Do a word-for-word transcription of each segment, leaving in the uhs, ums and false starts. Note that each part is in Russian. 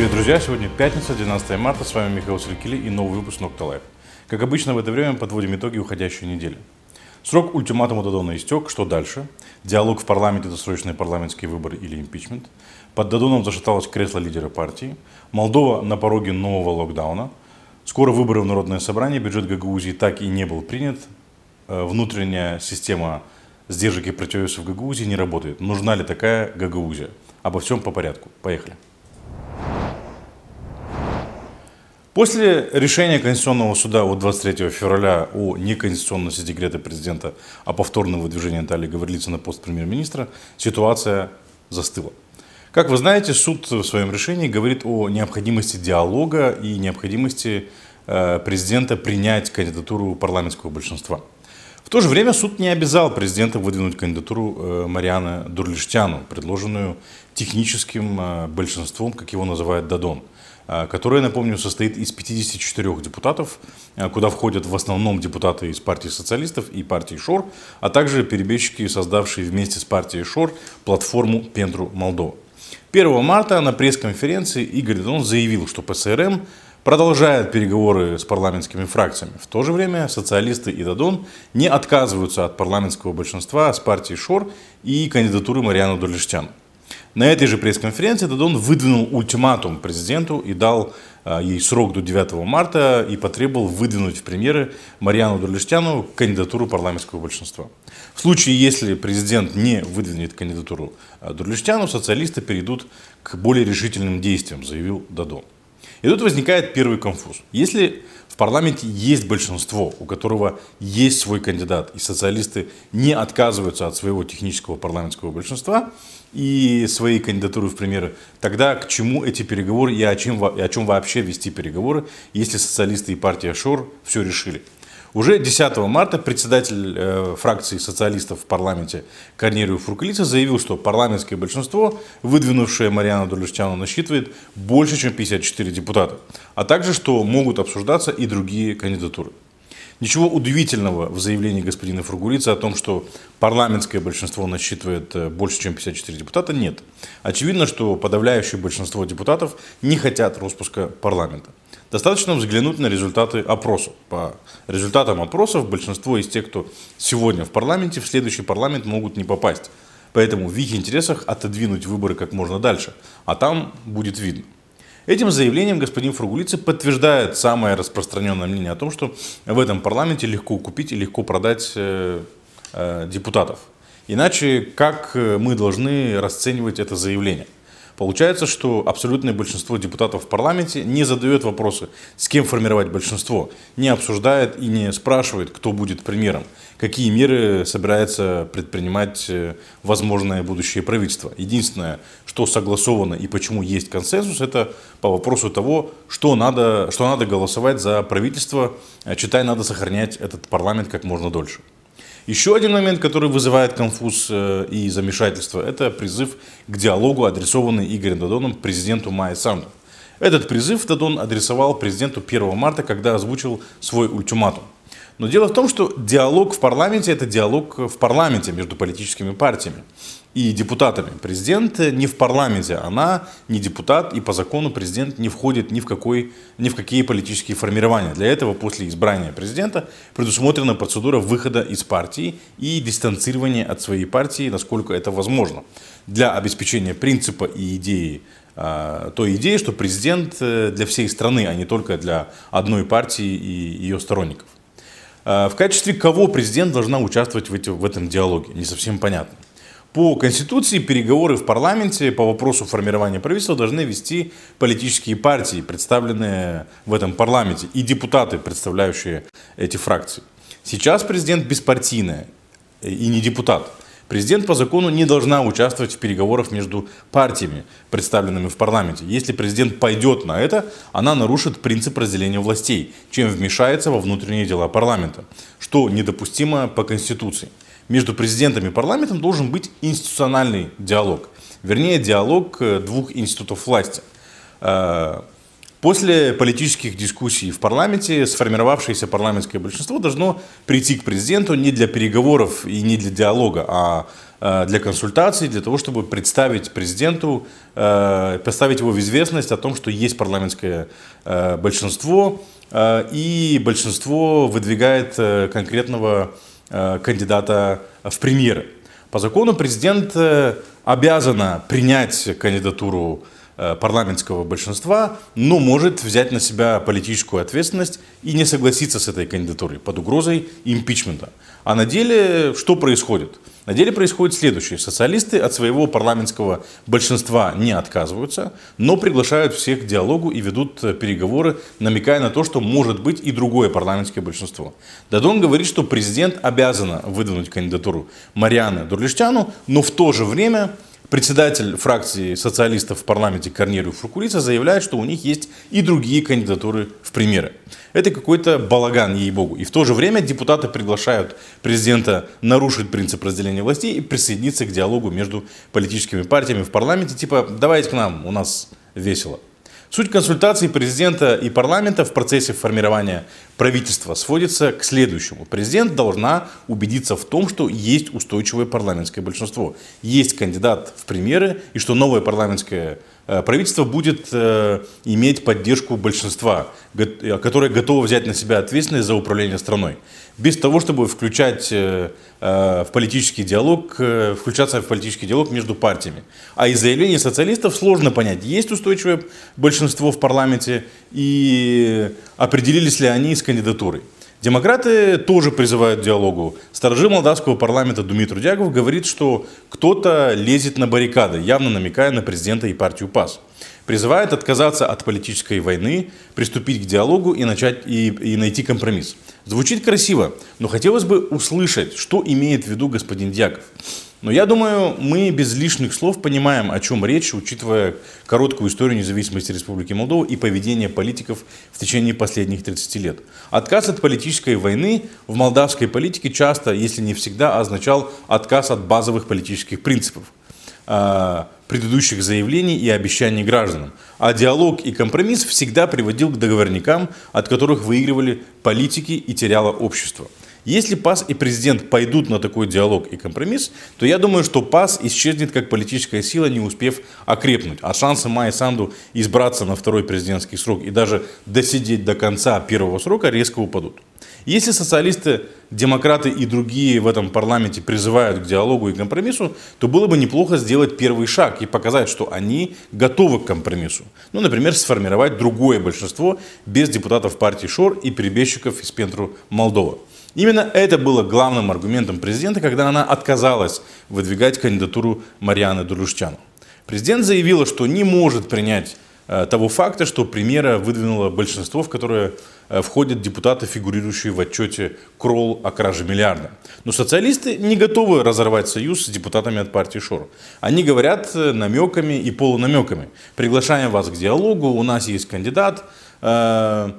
Привет, друзья! Сегодня пятница, двенадцатое марта. С вами Михаил Силькили и новый выпуск Nokta Live. Как обычно, в это время подводим итоги уходящей недели. Срок ультиматума Додона истек. Что дальше? Диалог в парламенте, досрочные парламентские выборы или импичмент. Под Додоном зашаталось кресло лидера партии. Молдова на пороге нового локдауна. Скоро выборы в Народное собрание. Бюджет Гагаузии так и не был принят. Внутренняя система сдержек и противовесов Гагаузии не работает. Нужна ли такая Гагаузия? Обо всем по порядку. Поехали. После решения Конституционного суда от двадцать третьего февраля о неконституционности декрета президента о повторном выдвижении Натальи Гаврилидзе на пост премьер-министра ситуация застыла. Как вы знаете, суд в своем решении говорит о необходимости диалога и необходимости э, президента принять кандидатуру парламентского большинства. В то же время суд не обязал президента выдвинуть кандидатуру э, Марианы Дурлиштяну, предложенную техническим э, большинством, как его называет Додон, которая, напомню, состоит из пятидесяти четырёх депутатов, куда входят в основном депутаты из партии социалистов и партии ШОР, а также перебежчики, создавшие вместе с партией ШОР платформу Пентру Молдова. первого марта на пресс-конференции Игорь Додон заявил, что ПСРМ продолжает переговоры с парламентскими фракциями. В то же время социалисты и Додон не отказываются от парламентского большинства с партией ШОР и кандидатуры Марианы Дурлиштяну. На этой же пресс-конференции Додон выдвинул ультиматум президенту и дал а, ей срок до девятого марта и потребовал выдвинуть в премьеры Мариану Дурлиштяну кандидатуру парламентского большинства. В случае, если президент не выдвинет кандидатуру а, Дурлиштяну, социалисты перейдут к более решительным действиям, заявил Додон. И тут возникает первый конфуз. Если в парламенте есть большинство, у которого есть свой кандидат, и социалисты не отказываются от своего технического парламентского большинства и своей кандидатуры в премьеры, тогда к чему эти переговоры и о чем, и о чем вообще вести переговоры, если социалисты и партия ШОР все решили? Уже десятого марта председатель э, фракции социалистов в парламенте Корнелию Фуркалидзе заявил, что парламентское большинство, выдвинувшее Мариану Дурлиштяну, насчитывает больше, чем пятьдесят четыре депутата, а также, что могут обсуждаться и другие кандидатуры. Ничего удивительного в заявлении господина Фуркалидзе о том, что парламентское большинство насчитывает больше, чем пятьдесят четыре депутата, нет. Очевидно, что подавляющее большинство депутатов не хотят распуска парламента. Достаточно взглянуть на результаты опросов. По результатам опросов большинство из тех, кто сегодня в парламенте, в следующий парламент могут не попасть. Поэтому в их интересах отодвинуть выборы как можно дальше, а там будет видно. Этим заявлением господин Фуркалидзе подтверждает самое распространенное мнение о том, что в этом парламенте легко купить и легко продать э, э, депутатов. Иначе как мы должны расценивать это заявление? Получается, что абсолютное большинство депутатов в парламенте не задает вопросы, с кем формировать большинство, не обсуждает и не спрашивает, кто будет премьером, какие меры собирается предпринимать возможное будущее правительство. Единственное, что согласовано и почему есть консенсус, это по вопросу того, что надо, что надо голосовать за правительство, читай, надо сохранять этот парламент как можно дольше. Еще один момент, который вызывает конфуз и замешательство, это призыв к диалогу, адресованный Игорем Додоном президенту Майе Санду. Этот призыв Додон адресовал президенту первого марта, когда озвучил свой ультиматум. Но дело в том, что диалог в парламенте – это диалог в парламенте между политическими партиями и депутатами. Президент не в парламенте, она не депутат, и по закону президент не входит ни в, какой, ни в какие политические формирования. Для этого после избрания президента предусмотрена процедура выхода из партии и дистанцирования от своей партии, насколько это возможно, для обеспечения принципа и идеи, той идеи, что президент для всей страны, а не только для одной партии и ее сторонников. В качестве кого президент должна участвовать в, эти, в этом диалоге, не совсем понятно. По Конституции переговоры в парламенте по вопросу формирования правительства должны вести политические партии, представленные в этом парламенте, и депутаты, представляющие эти фракции. Сейчас президент беспартийная и не депутат. Президент по закону не должна участвовать в переговорах между партиями, представленными в парламенте. Если президент пойдет на это, она нарушит принцип разделения властей, чем вмешается во внутренние дела парламента, что недопустимо по Конституции. Между президентом и парламентом должен быть институциональный диалог, вернее диалог двух институтов власти. После политических дискуссий в парламенте сформировавшееся парламентское большинство должно прийти к президенту не для переговоров и не для диалога, а для консультаций, для того, чтобы представить президенту, поставить его в известность о том, что есть парламентское большинство, и большинство выдвигает конкретного кандидата в премьеры. По закону президент обязана принять кандидатуру парламентского большинства, но может взять на себя политическую ответственность и не согласиться с этой кандидатурой под угрозой импичмента. А на деле что происходит? На деле происходит следующее. Социалисты от своего парламентского большинства не отказываются, но приглашают всех к диалогу и ведут переговоры, намекая на то, что может быть и другое парламентское большинство. Дадон говорит, что президент обязан выдвинуть кандидатуру Марианы Дурлиштяну, но в то же время председатель фракции социалистов в парламенте Корнелию Фуркулица заявляет, что у них есть и другие кандидатуры в премьеры. Это какой-то балаган, ей-богу. И в то же время депутаты приглашают президента нарушить принцип разделения властей и присоединиться к диалогу между политическими партиями в парламенте. Типа, давайте к нам, у нас весело. Суть консультаций президента и парламента в процессе формирования правительства сводится к следующему. Президент должна убедиться в том, что есть устойчивое парламентское большинство, есть кандидат в премьеры и что новое парламентское правительство будет э, иметь поддержку большинства, которое готово взять на себя ответственность за управление страной. Без того, чтобы включать э, э, в политический диалог, э, включаться в политический диалог между партиями. А из заявлений социалистов сложно понять, есть устойчивое большинство в парламенте и определились ли они с кандидатурой. Демократы тоже призывают к диалогу. Старожил молдавского парламента Думитру Дягов говорит, что кто-то лезет на баррикады, явно намекая на президента и партию ПАС. Призывает отказаться от политической войны, приступить к диалогу и, начать, и, и найти компромисс. Звучит красиво, но хотелось бы услышать, что имеет в виду господин Дягов. Но я думаю, мы без лишних слов понимаем, о чем речь, учитывая короткую историю независимости Республики Молдова и поведение политиков в течение последних тридцати лет. Отказ от политической войны в молдавской политике часто, если не всегда, означал отказ от базовых политических принципов, предыдущих заявлений и обещаний гражданам. А диалог и компромисс всегда приводил к договорникам, от которых выигрывали политики и теряло общество. Если ПАС и президент пойдут на такой диалог и компромисс, то я думаю, что ПАС исчезнет как политическая сила, не успев окрепнуть. А шансы Майи Санду избраться на второй президентский срок и даже досидеть до конца первого срока резко упадут. Если социалисты, демократы и другие в этом парламенте призывают к диалогу и компромиссу, то было бы неплохо сделать первый шаг и показать, что они готовы к компромиссу. Ну, например, сформировать другое большинство без депутатов партии ШОР и перебежчиков из Пентру Молдова. Именно это было главным аргументом президента, когда она отказалась выдвигать кандидатуру Марианы Дурлиштяну. Президент заявила, что не может принять э, того факта, что премьера выдвинула большинство, в которое э, входят депутаты, фигурирующие в отчете Кролл о краже миллиарда. Но социалисты не готовы разорвать союз с депутатами от партии ШОР. Они говорят намеками и полунамеками. Приглашаем вас к диалогу, у нас есть кандидат, э,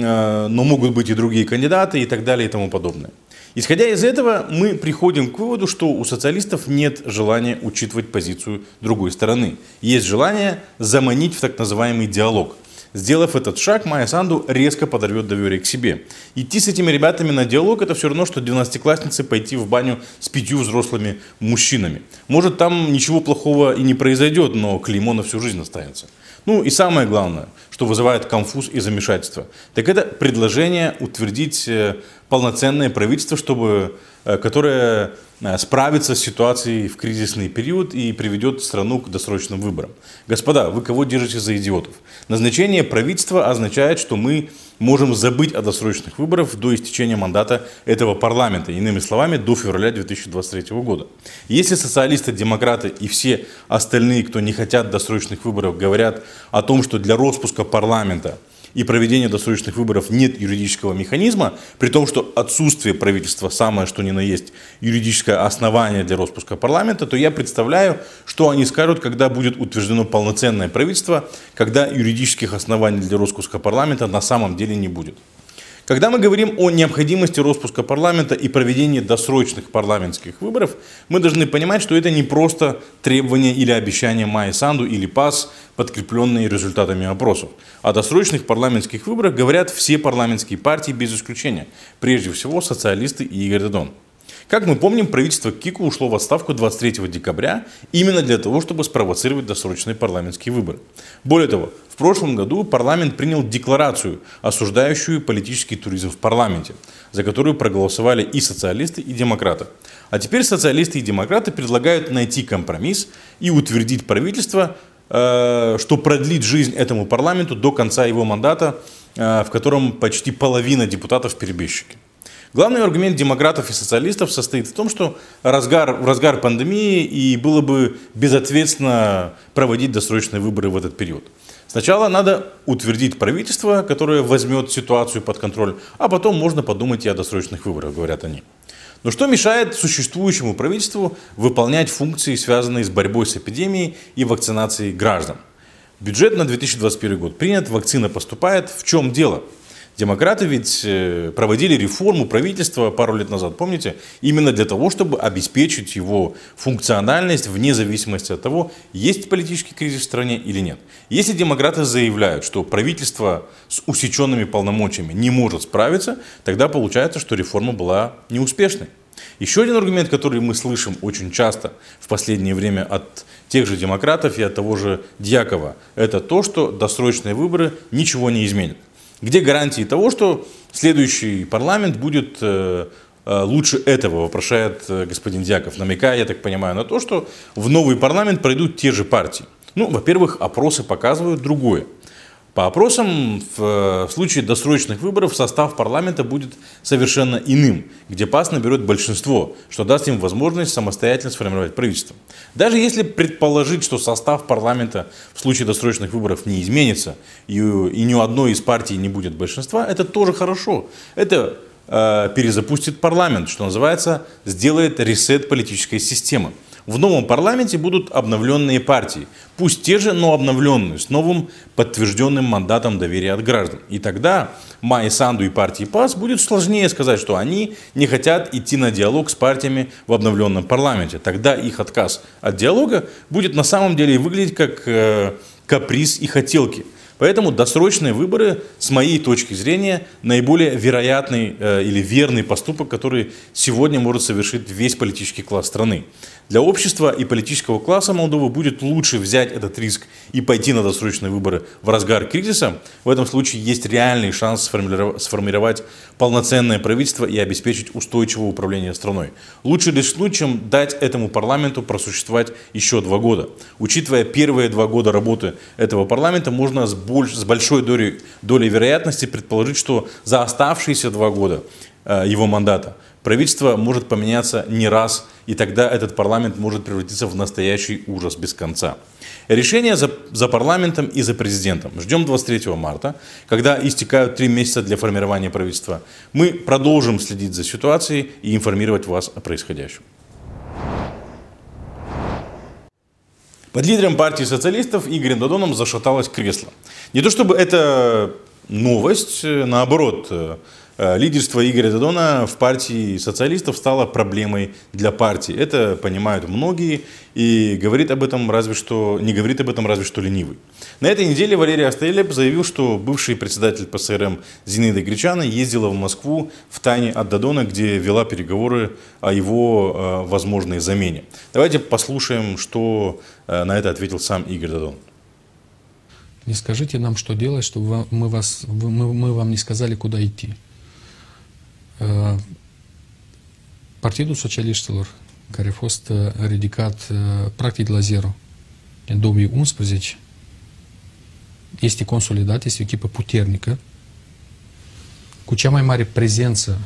но могут быть и другие кандидаты и так далее и тому подобное. Исходя из этого, мы приходим к выводу, что у социалистов нет желания учитывать позицию другой стороны. Есть желание заманить в так называемый диалог. Сделав этот шаг, Майя Санду резко подорвет доверие к себе. Идти с этими ребятами на диалог — это все равно, что двенадцатикласснице пойти в баню с пятью взрослыми мужчинами. Может, там ничего плохого и не произойдет, но клеймо на всю жизнь останется. Ну и самое главное, что вызывает конфуз и замешательство, так это предложение утвердить полноценное правительство, чтобы, которое справится с ситуацией в кризисный период и приведет страну к досрочным выборам. Господа, вы кого держите за идиотов? Назначение правительства означает, что мы можем забыть о досрочных выборах до истечения мандата этого парламента, иными словами, до февраля две тысячи двадцать третьего года. Если социалисты, демократы и все остальные, кто не хотят досрочных выборов, говорят о том, что для распуска парламента и проведения досрочных выборов нет юридического механизма, при том, что отсутствие правительства самое что ни на есть юридическое основание для распуска парламента, то я представляю, что они скажут, когда будет утверждено полноценное правительство, когда юридических оснований для распуска парламента на самом деле не будет. Когда мы говорим о необходимости распуска парламента и проведения досрочных парламентских выборов, мы должны понимать, что это не просто требования или обещания Майи Санду или ПАС, подкрепленные результатами опросов. О досрочных парламентских выборах говорят все парламентские партии без исключения, прежде всего социалисты и Игорь Додон. Как мы помним, правительство Кику ушло в отставку двадцать третьего декабря именно для того, чтобы спровоцировать досрочные парламентские выборы. Более того, в прошлом году парламент принял декларацию, осуждающую политический туризм в парламенте, за которую проголосовали и социалисты, и демократы. А теперь социалисты и демократы предлагают найти компромисс и утвердить правительство, что продлит жизнь этому парламенту до конца его мандата, в котором почти половина депутатов перебежчики. Главный аргумент демократов и социалистов состоит в том, что разгар, в разгар пандемии и было бы безответственно проводить досрочные выборы в этот период. Сначала надо утвердить правительство, которое возьмет ситуацию под контроль, а потом можно подумать и о досрочных выборах, говорят они. Но что мешает существующему правительству выполнять функции, связанные с борьбой с эпидемией и вакцинацией граждан? Бюджет на две тысячи двадцать первый год принят, вакцина поступает. В чем дело? Демократы ведь проводили реформу правительства пару лет назад, помните? Именно для того, чтобы обеспечить его функциональность вне зависимости от того, есть политический кризис в стране или нет. Если демократы заявляют, что правительство с усеченными полномочиями не может справиться, тогда получается, что реформа была неуспешной. Еще один аргумент, который мы слышим очень часто в последнее время от тех же демократов и от того же Дьякова, это то, что досрочные выборы ничего не изменят. Где гарантии того, что следующий парламент будет э, э, лучше этого, вопрошает э, господин Дьяков, намекая, я так понимаю, на то, что в новый парламент пройдут те же партии. Ну, во-первых, опросы показывают другое. По опросам, в, в случае досрочных выборов состав парламента будет совершенно иным, где ПАС наберет большинство, что даст им возможность самостоятельно сформировать правительство. Даже если предположить, что состав парламента в случае досрочных выборов не изменится и, и ни у одной из партий не будет большинства, это тоже хорошо. Это э, перезапустит парламент, что называется, сделает ресет политической системы. В новом парламенте будут обновленные партии, пусть те же, но обновленные, с новым подтвержденным мандатом доверия от граждан. И тогда Майе Санду и партии ПАС будет сложнее сказать, что они не хотят идти на диалог с партиями в обновленном парламенте. Тогда их отказ от диалога будет на самом деле выглядеть как э, каприз и хотелки. Поэтому досрочные выборы, с моей точки зрения, наиболее вероятный э, или верный поступок, который сегодня может совершить весь политический класс страны. Для общества и политического класса Молдовы будет лучше взять этот риск и пойти на досрочные выборы в разгар кризиса. В этом случае есть реальный шанс сформировать полноценное правительство и обеспечить устойчивое управление страной. Лучше рискнуть, чем дать этому парламенту просуществовать еще два года. Учитывая первые два года работы этого парламента, можно с, больш, с большой долей, долей вероятности предположить, что за оставшиеся два года э, его мандата правительство может поменяться не раз, и тогда этот парламент может превратиться в настоящий ужас без конца. Решение за, за парламентом и за президентом ждем двадцать третьего марта, когда истекают три месяца для формирования правительства. Мы продолжим следить за ситуацией и информировать вас о происходящем. Под лидером партии социалистов Игорем Додоном зашаталось кресло. Не то чтобы это новость, наоборот. Лидерство Игоря Додона в партии социалистов стало проблемой для партии. Это понимают многие, и говорит об этом разве что, не говорит об этом разве что ленивый. На этой неделе Валерий Астаилеп заявил, что бывший председатель ПСРМ Зинаида Гречана ездила в Москву втайне от Додона, где вела переговоры о его э, возможной замене. Давайте послушаем, что э, на это ответил сам Игорь Додон. Не скажите нам, что делать, чтобы мы, вас, мы, мы вам не сказали, куда идти. Partidul Socialiștilor, care a fost ridicat practic la zero în două mii unsprezece, este consolidat, este o echipă puternică, cu cea mai mare prezență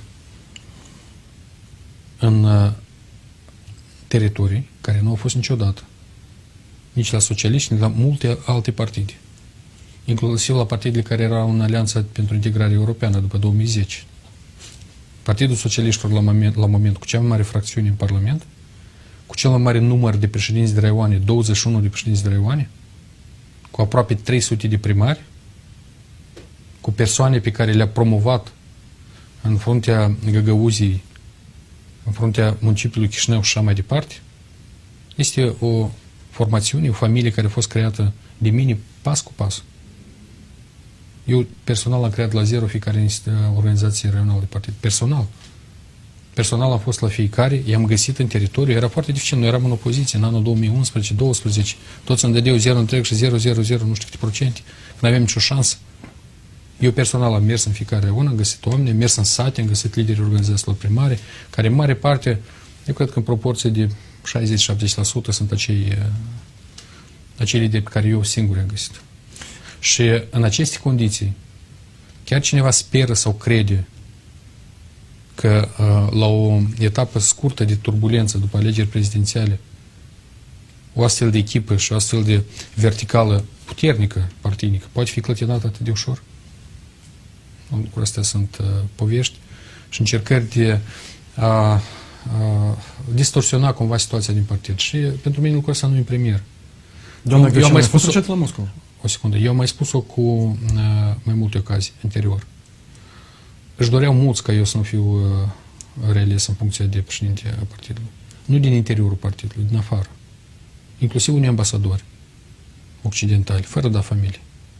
în teritorii, care nu au fost niciodată, nici la socialiști, nici la multe alte partide, inclusiv la partidele care erau în Alianța pentru Integrare Europeană după două mii zece. Partidul Socialiștilor la moment, la moment cu cea mai mare fracțiune în Parlament, cu cel mai mare număr de președinți de raioane, douăzeci și unu de președinți de raioane, cu aproape trei sute de primari, cu persoane pe care le-a promovat în fruntea Găgăuziei, în fruntea municipiului Chișinău și așa mai departe, este o formațiune, o familie care a fost creată de mine pas cu pas. Eu personal am creat la zero fiecare organizație regională de partid. Personal. Personal am fost la fiecare, i-am găsit în teritoriu, era foarte dificil, noi eram în opoziție în anul două mii unsprezece douăsprezece, toți îmi dădeau zero întreg și zero, zero, zero, nu știu câte procente, când aveam nicio șansă. Eu personal am mers în fiecare reuniune, am găsit oameni, am mers în sate, am găsit liderii organizațiilor primare, care în mare parte, eu cred că în proporție de șaizeci la șaptezeci la sută sunt acei, acei lideri pe care eu singur am găsit. Și în aceste condiții, chiar cineva speră sau crede că la o etapă scurtă de turbulență după alegeri prezidențiale, o astfel de echipă și o astfel de verticală puternică, partinică, poate fi clătinată atât de ușor? Lucrurile astea sunt uh, povești și încercări de a, a distorsiona cumva situația din partid. Și pentru mine lucrul ăsta nu e premier. Doamna eu, eu am mai spus la Moscova. O secundă. Eu am mai spus-o cu uh, mai multe ocazii anterior. Își doreau mulți ca eu să nu fiu uh, reales în funcția de președinte a partidului. Nu din interiorul partidului, din afară. Inclusiv unii ambasadori occidentali, fără da familie.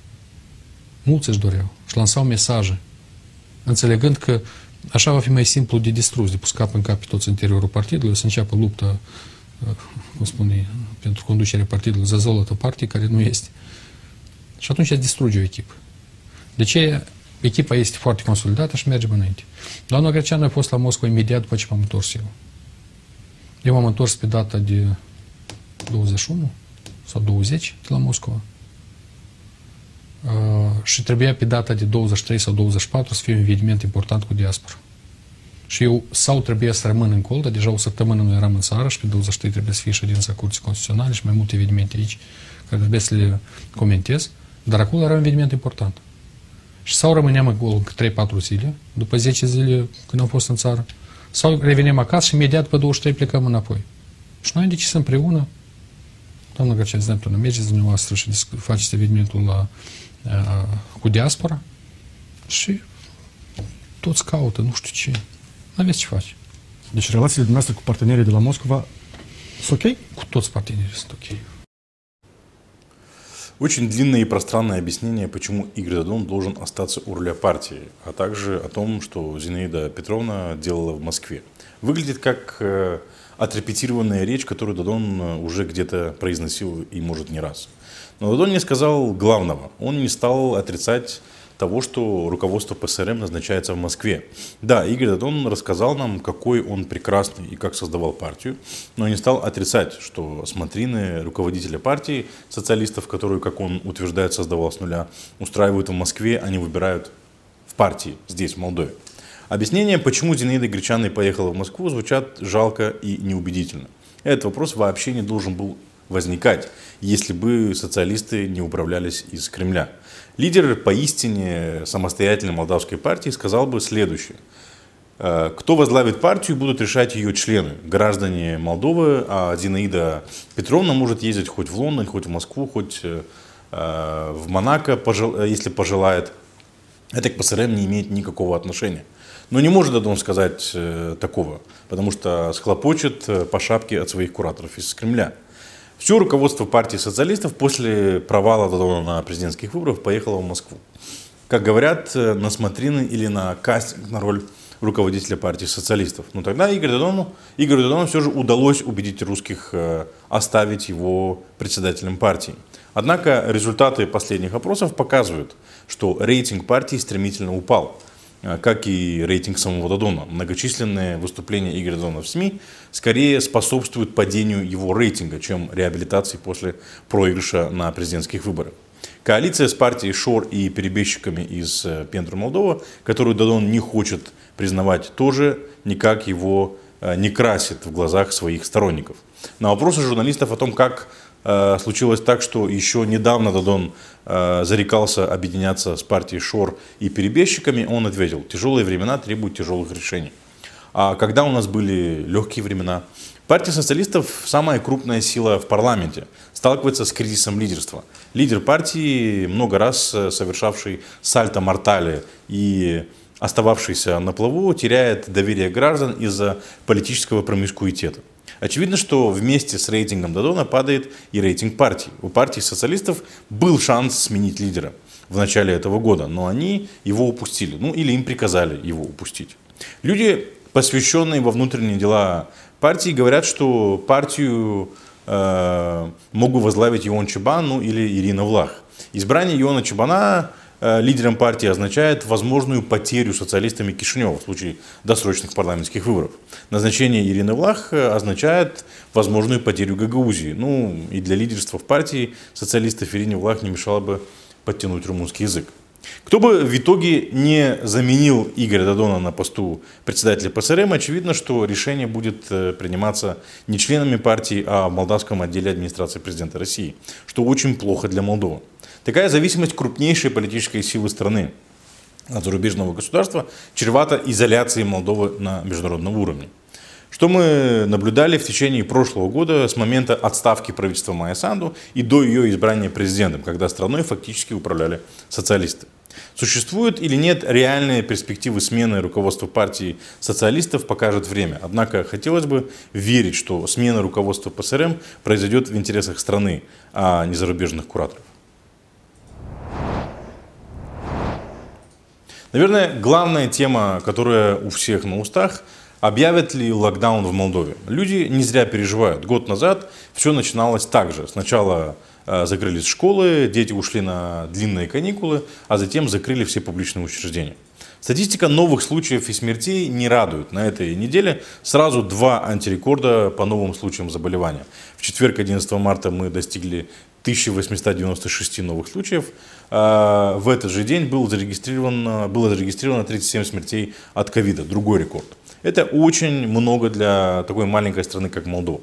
Mulți își doreau și lansau mesaje, înțelegând că așa va fi mai simplu de distrus, de pus cap în cap pe toți interiorul partidului, să înceapă lupta, cum spune, pentru conducerea partidului, za zolătă partii, care nu este. Și atunci se distruge o echipă. De ce echipa este foarte consolidată și merge înainte. Doamna Greceanu a fost la Moscova imediat după ce m-am întors eu. Eu m-am întors pe data de douăzeci și unu sau douăzeci de la Moscova. Uh, și trebuia pe data de douăzeci și trei sau douăzeci și patru să fie un eveniment important cu diaspora. Și eu sau trebuia să rămân în col, dar deja o săptămână nu eram în țară și pe douăzeci și trei trebuie să fie ședința Curții Constituționale și mai multe evenimente aici care trebuie să le comentez, dar acolo era un eveniment important. Și sau rămâneam acolo încă trei patru zile, după zece zile când am fost în țară, sau revenim acasă și imediat pe douăzeci și trei plecăm înapoi. Și noi am decis împreună, doamna Gărceanu, Zneptuna, mergeți dumneavoastră și faceți evenimentul la, a, cu diaspora și toți caută, nu știu ce. N-aveți ce face. Deci relațiile dumneavoastră cu partenerii de la Moscova sunt ok? Cu toți partenerii sunt ok. Очень длинное и пространное объяснение, почему Игорь Додон должен остаться у руля партии, а также о том, что Зинаида Петровна делала в Москве. Выглядит как э, отрепетированная речь, которую Додон уже где-то произносил и, может, не раз. Но Додон не сказал главного. Он не стал отрицать того, что руководство ПСРМ назначается в Москве. Да, Игорь Додон рассказал нам, какой он прекрасный и как создавал партию, но не стал отрицать, что смотрины руководителя партии, социалистов, которую, как он утверждает, создавал с нуля, устраивают в Москве, они выбирают в партии, здесь, в Молдове. Объяснения, почему Зинаида Гречаной поехала в Москву, звучат жалко и неубедительно. Этот вопрос вообще не должен был возникать, если бы социалисты не управлялись из Кремля. Лидер поистине самостоятельной молдавской партии сказал бы следующее. Кто возглавит партию, будут решать ее члены, граждане Молдовы, а Зинаида Петровна может ездить хоть в Лондон, хоть в Москву, хоть в Монако, если пожелает. Это к ПСРМ не имеет никакого отношения. Но не может Додон сказать такого, потому что схлопочет по шапке от своих кураторов из Кремля. Все руководство партии социалистов после провала Додона на президентских выборах поехало в Москву. Как говорят, на смотрины или на кастинг на роль руководителя партии социалистов. Но тогда Игорь Додону, Игорю Додону все же удалось убедить русских оставить его председателем партии. Однако результаты последних опросов показывают, что рейтинг партии стремительно упал, как и рейтинг самого Додона. Многочисленные выступления Игоря Додона в СМИ скорее способствуют падению его рейтинга, чем реабилитации после проигрыша на президентских выборах. Коалиция с партией ШОР и перебежчиками из Пентру Молдова, которую Додон не хочет признавать, тоже никак его не красит в глазах своих сторонников. На вопросы журналистов о том, как э, случилось так, что еще недавно Додон э, зарекался объединяться с партией ШОР и перебежчиками, он ответил: тяжелые времена требуют тяжелых решений. А когда у нас были легкие времена? Партия социалистов, самая крупная сила в парламенте, сталкивается с кризисом лидерства. Лидер партии, много раз совершавший сальто мортале и остававшийся на плаву, теряет доверие граждан из-за политического промискуитета. Очевидно, что вместе с рейтингом Додона падает и рейтинг партии. У партии социалистов был шанс сменить лидера в начале этого года, но они его упустили, ну или им приказали его упустить. Люди, посвященные во внутренние дела партии, говорят, что партию э, могут возглавить Ион Чебан, ну или Ирина Влах. Избрание Иона Чебана э, лидером партии означает возможную потерю социалистами Кишинева в случае досрочных парламентских выборов. Назначение Ирины Влах означает возможную потерю Гагаузии. Ну и для лидерства в партии социалистов Ирине Влах не мешало бы подтянуть румынский язык. Кто бы в итоге не заменил Игоря Додона на посту председателя ПСРМ, очевидно, что решение будет приниматься не членами партии, а в молдавском отделе администрации президента России, что очень плохо для Молдовы. Такая зависимость крупнейшей политической силы страны от зарубежного государства чревата изоляцией Молдовы на международном уровне. Что мы наблюдали в течение прошлого года с момента отставки правительства Майя Санду и до ее избрания президентом, когда страной фактически управляли социалисты. Существуют или нет реальные перспективы смены руководства партии социалистов, покажет время. Однако хотелось бы верить, что смена руководства ПСРМ произойдет в интересах страны, а не зарубежных кураторов. Наверное, главная тема, которая у всех на устах – объявят ли локдаун в Молдове? Люди не зря переживают. Год назад все начиналось так же. Сначала э, закрылись школы, дети ушли на длинные каникулы, а затем закрыли все публичные учреждения. Статистика новых случаев и смертей не радует. На этой неделе сразу два антирекорда по новым случаям заболевания. В четверг, одиннадцатого марта, мы достигли тысячи восьмисот девяноста шести новых случаев. В этот же день было зарегистрировано, было зарегистрировано тридцать семь смертей от ковида, другой рекорд. Это очень много для такой маленькой страны, как Молдова.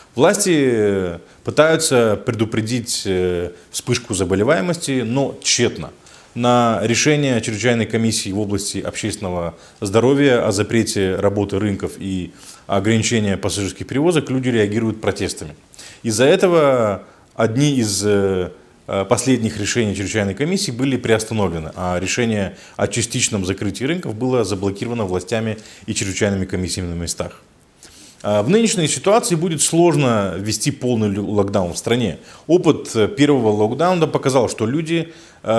Власти пытаются предупредить вспышку заболеваемости, но тщетно. На решение чрезвычайной комиссии в области общественного здоровья о запрете работы рынков и ограничения пассажирских перевозок люди реагируют протестами. Из-за этого одни из последних решений чрезвычайной комиссии были приостановлены, а решение о частичном закрытии рынков было заблокировано властями и чрезвычайными комиссиями на местах. В нынешней ситуации будет сложно ввести полный локдаун в стране. Опыт первого локдауна показал, что люди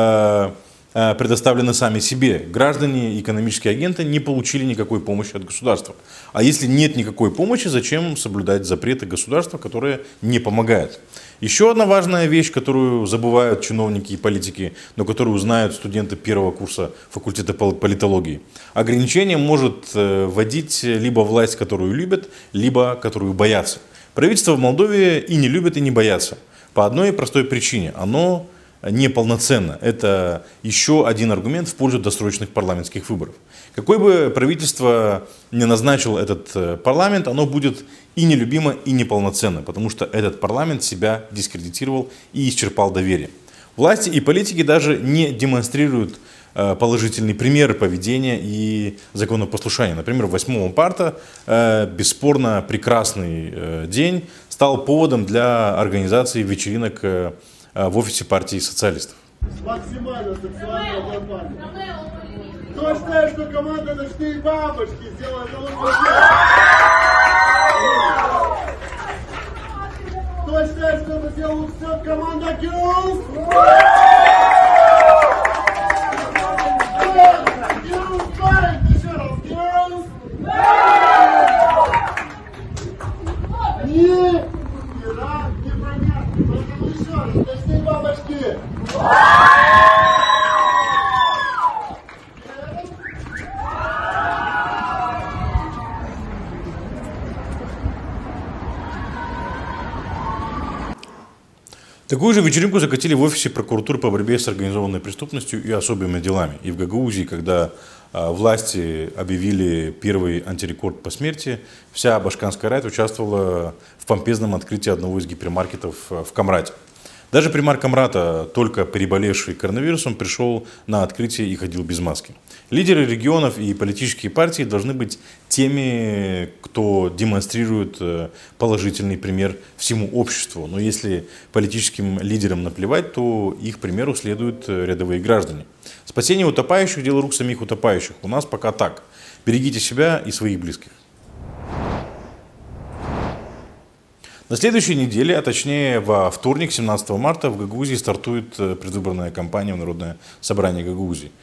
предоставлены сами себе. Граждане и экономические агенты не получили никакой помощи от государства. А если нет никакой помощи, зачем соблюдать запреты государства, которые не помогают? Еще одна важная вещь, которую забывают чиновники и политики, но которую знают студенты первого курса факультета политологии. Ограничение может вводить либо власть, которую любят, либо которую боятся. Правительство в Молдове и не любит, и не боятся. По одной простой причине. Оно неполноценно. Это еще один аргумент в пользу досрочных парламентских выборов. Какое бы правительство ни назначил этот парламент, оно будет и нелюбимо, и неполноценно, потому что этот парламент себя дискредитировал и исчерпал доверие. Власти и политики даже не демонстрируют положительные примеры поведения и законопослушания. Например, восьмого марта, бесспорно прекрасный день, стал поводом для организации вечеринок в офисе партии социалистов. Максимально социальная компания. Кто считает, что команда «Ночные бабочки» сделала лучше? Кто считает, что это сделала лучше команда «Girls»? «Girls Band», еще раз, «Girls». Не, хера, непонятно, поэтому еще раз, «Ночные бабочки». Такую же вечеринку закатили в офисе прокуратуры по борьбе с организованной преступностью и особыми делами. И в Гагаузии, когда а, власти объявили первый антирекорд по смерти, вся Башканская райт участвовала в помпезном открытии одного из гипермаркетов в Камрате. Даже примар Камрата, только переболевший коронавирусом, пришел на открытие и ходил без маски. Лидеры регионов и политические партии должны быть теми, кто демонстрирует положительный пример всему обществу. Но если политическим лидерам наплевать, то их примеру следуют рядовые граждане. Спасение утопающих – дело рук самих утопающих. У нас пока так. Берегите себя и своих близких. На следующей неделе, а точнее во вторник, семнадцатого марта, в Гагаузии стартует предвыборная кампания в Народное собрание Гагаузии.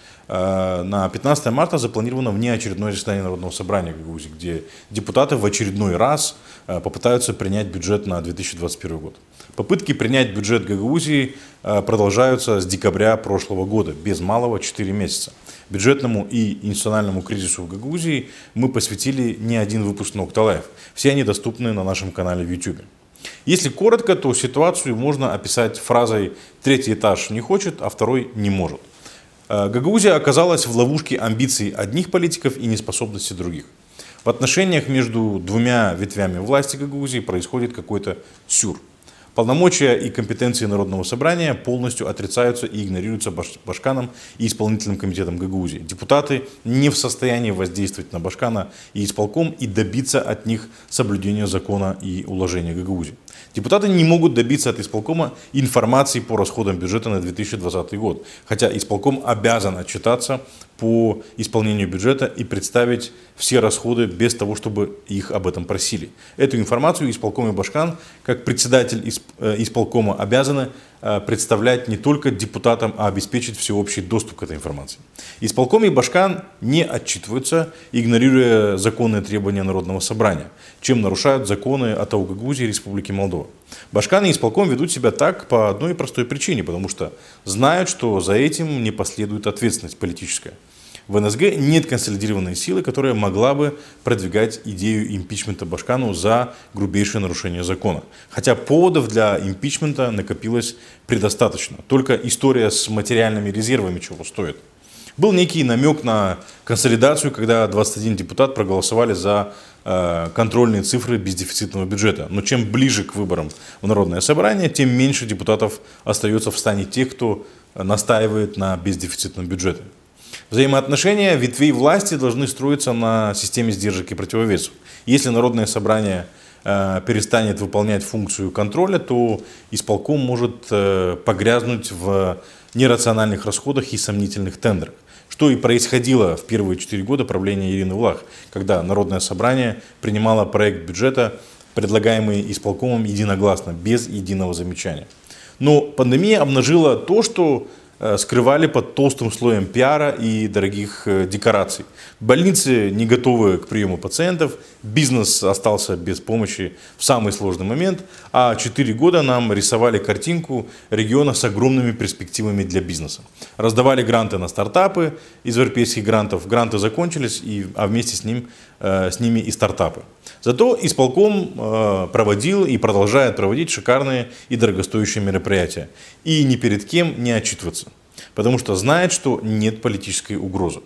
На пятнадцатое марта запланировано внеочередное заседание Народного собрания Гагаузии, где депутаты в очередной раз попытаются принять бюджет на две тысячи двадцать первый год. Попытки принять бюджет Гагаузии продолжаются с декабря прошлого года, без малого четыре месяца. Бюджетному и институциональному кризису в Гагаузии мы посвятили не один выпуск Нокталаев. Все они доступны на нашем канале в YouTube. Если коротко, то ситуацию можно описать фразой «третий этаж не хочет, а второй не может». Гагаузия оказалась в ловушке амбиций одних политиков и неспособности других. В отношениях между двумя ветвями власти Гагаузии происходит какой-то сюр. Полномочия и компетенции Народного собрания полностью отрицаются и игнорируются Башканом и исполнительным комитетом Гагаузии. Депутаты не в состоянии воздействовать на Башкана и исполком и добиться от них соблюдения закона и уложения Гагаузии. Депутаты не могут добиться от исполкома информации по расходам бюджета на две тысячи двадцатый год, хотя исполком обязан отчитаться по исполнению бюджета и представить все расходы без того, чтобы их об этом просили. Эту информацию исполком и Башкан, как председатель исполкома, обязаны представлять не только депутатам, а обеспечить всеобщий доступ к этой информации. Исполком и Башкан не отчитываются, игнорируя законные требования Народного собрания, чем нарушают законы АТАУ Гагаузии и Республики Молдова. Башкан и исполком ведут себя так по одной простой причине, потому что знают, что за этим не последует ответственность политическая. В эн эс гэ нет консолидированной силы, которая могла бы продвигать идею импичмента Башкану за грубейшее нарушение закона. Хотя поводов для импичмента накопилось предостаточно. Только история с материальными резервами чего стоит. Был некий намек на консолидацию, когда двадцать один депутат проголосовали за э, контрольные цифры бездефицитного бюджета. Но чем ближе к выборам в Народное собрание, тем меньше депутатов остается в стане тех, кто настаивает на бездефицитном бюджете. Взаимоотношения ветвей власти должны строиться на системе сдержек и противовесов. Если Народное собрание э, перестанет выполнять функцию контроля, то исполком может э, погрязнуть в нерациональных расходах и сомнительных тендерах. Что и происходило в первые четыре года правления Ирины Влах, когда Народное собрание принимало проект бюджета, предлагаемый исполкомом, единогласно, без единого замечания. Но пандемия обнажила то, что скрывали под толстым слоем пиара и дорогих декораций. Больницы не готовы к приему пациентов, бизнес остался без помощи в самый сложный момент, а четыре года нам рисовали картинку региона с огромными перспективами для бизнеса. Раздавали гранты на стартапы из европейских грантов, гранты закончились, и, а вместе с, ним, э, с ними и стартапы. Зато исполком э, проводил и продолжает проводить шикарные и дорогостоящие мероприятия. И ни перед кем не отчитываться. Потому что знает, что нет политической угрозы.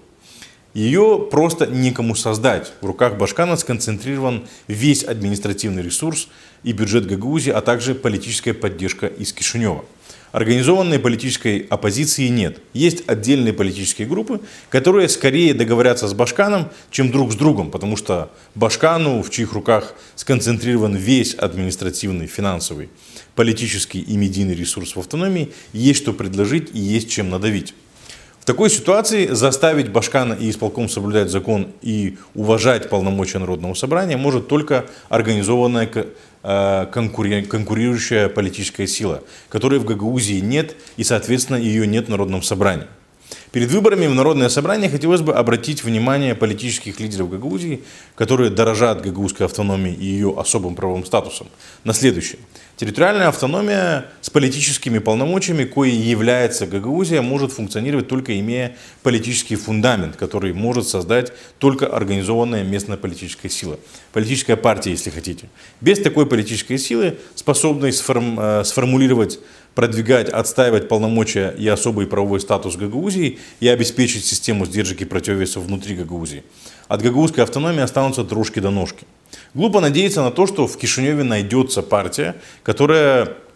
Ее просто некому создать. В руках Башкана сконцентрирован весь административный ресурс и бюджет Гагаузии, а также политическая поддержка из Кишинева. Организованной политической оппозиции нет. Есть отдельные политические группы, которые скорее договорятся с Башканом, чем друг с другом, потому что Башкану, в чьих руках сконцентрирован весь административный, финансовый, политический и медийный ресурс в автономии, есть что предложить и есть чем надавить. В такой ситуации заставить Башкана и исполком соблюдать закон и уважать полномочия Народного собрания может только организованная конкурирующая политическая сила, которой в Гагаузии нет и, соответственно, ее нет в Народном собрании. Перед выборами в Народное собрание хотелось бы обратить внимание политических лидеров Гагаузии, которые дорожат гагаузской автономией и ее особым правовым статусом, на следующее. Территориальная автономия с политическими полномочиями, коей является Гагаузия, может функционировать только имея политический фундамент, который может создать только организованная местная политическая сила. Политическая партия, если хотите. Без такой политической силы, способной сформ, сформулировать, продвигать, отстаивать полномочия и особый правовой статус Гагаузии и обеспечить систему сдержек и противовесов внутри Гагаузии, от гагаузской автономии останутся дрожки до ножки. Глупо надеяться на то, что в Кишиневе найдется партия, которая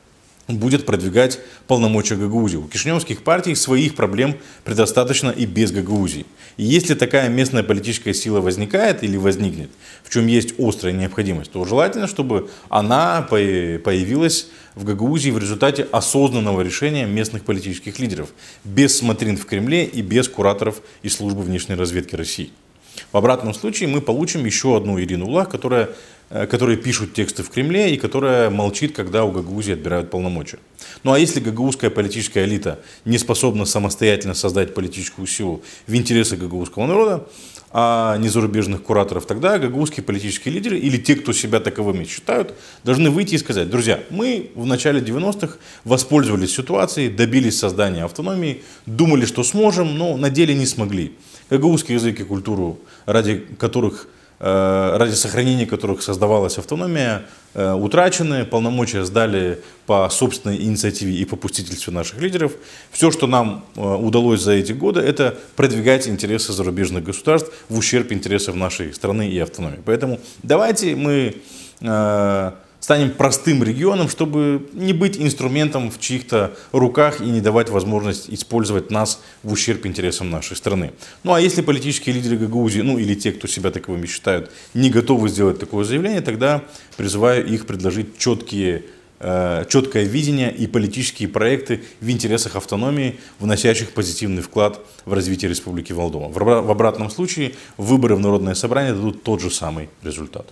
будет продвигать полномочия Гагаузии. У кишиневских партий своих проблем предостаточно и без Гагаузии. И если такая местная политическая сила возникает или возникнет, в чем есть острая необходимость, то желательно, чтобы она появилась в Гагаузии в результате осознанного решения местных политических лидеров, без смотрин в Кремле и без кураторов из службы внешней разведки России. В обратном случае мы получим еще одну Ирину Улах, которая, которая пишет тексты в Кремле и которая молчит, когда у Гагаузии отбирают полномочия. Ну а если гагаузская политическая элита не способна самостоятельно создать политическую силу в интересах гагаузского народа, а не зарубежных кураторов, тогда гагаузские политические лидеры или те, кто себя таковыми считают, должны выйти и сказать: друзья, мы в начале девяностых воспользовались ситуацией, добились создания автономии, думали, что сможем, но на деле не смогли. Гагаузский язык и культуру, ради которых, ради сохранения которых создавалась автономия, утрачены, полномочия сдали по собственной инициативе и попустительству наших лидеров. Все, что нам удалось за эти годы, это продвигать интересы зарубежных государств в ущерб интересов нашей страны и автономии. Поэтому давайте мы станем простым регионом, чтобы не быть инструментом в чьих-то руках и не давать возможность использовать нас в ущерб интересам нашей страны. Ну а если политические лидеры Гагаузии, ну или те, кто себя таковыми считают, не готовы сделать такое заявление, тогда призываю их предложить четкие, э, четкое видение и политические проекты в интересах автономии, вносящих позитивный вклад в развитие Республики Молдова. В обратном случае выборы в Народное собрание дадут тот же самый результат.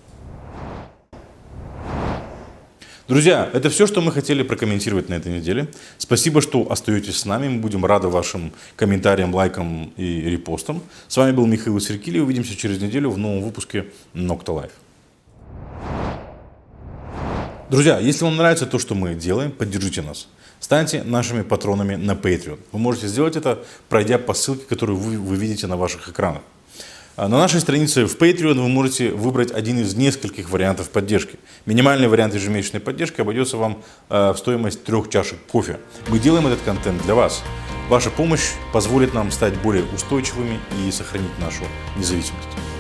Друзья, это все, что мы хотели прокомментировать на этой неделе. Спасибо, что остаетесь с нами. Мы будем рады вашим комментариям, лайкам и репостам. С вами был Михаил Серкили. Увидимся через неделю в новом выпуске Nocta Live. Друзья, если вам нравится то, что мы делаем, поддержите нас. Станьте нашими патронами на Patreon. Вы можете сделать это, пройдя по ссылке, которую вы, вы видите на ваших экранах. На нашей странице в Patreon вы можете выбрать один из нескольких вариантов поддержки. Минимальный вариант ежемесячной поддержки обойдется вам в стоимость трех чашек кофе. Мы делаем этот контент для вас. Ваша помощь позволит нам стать более устойчивыми и сохранить нашу независимость.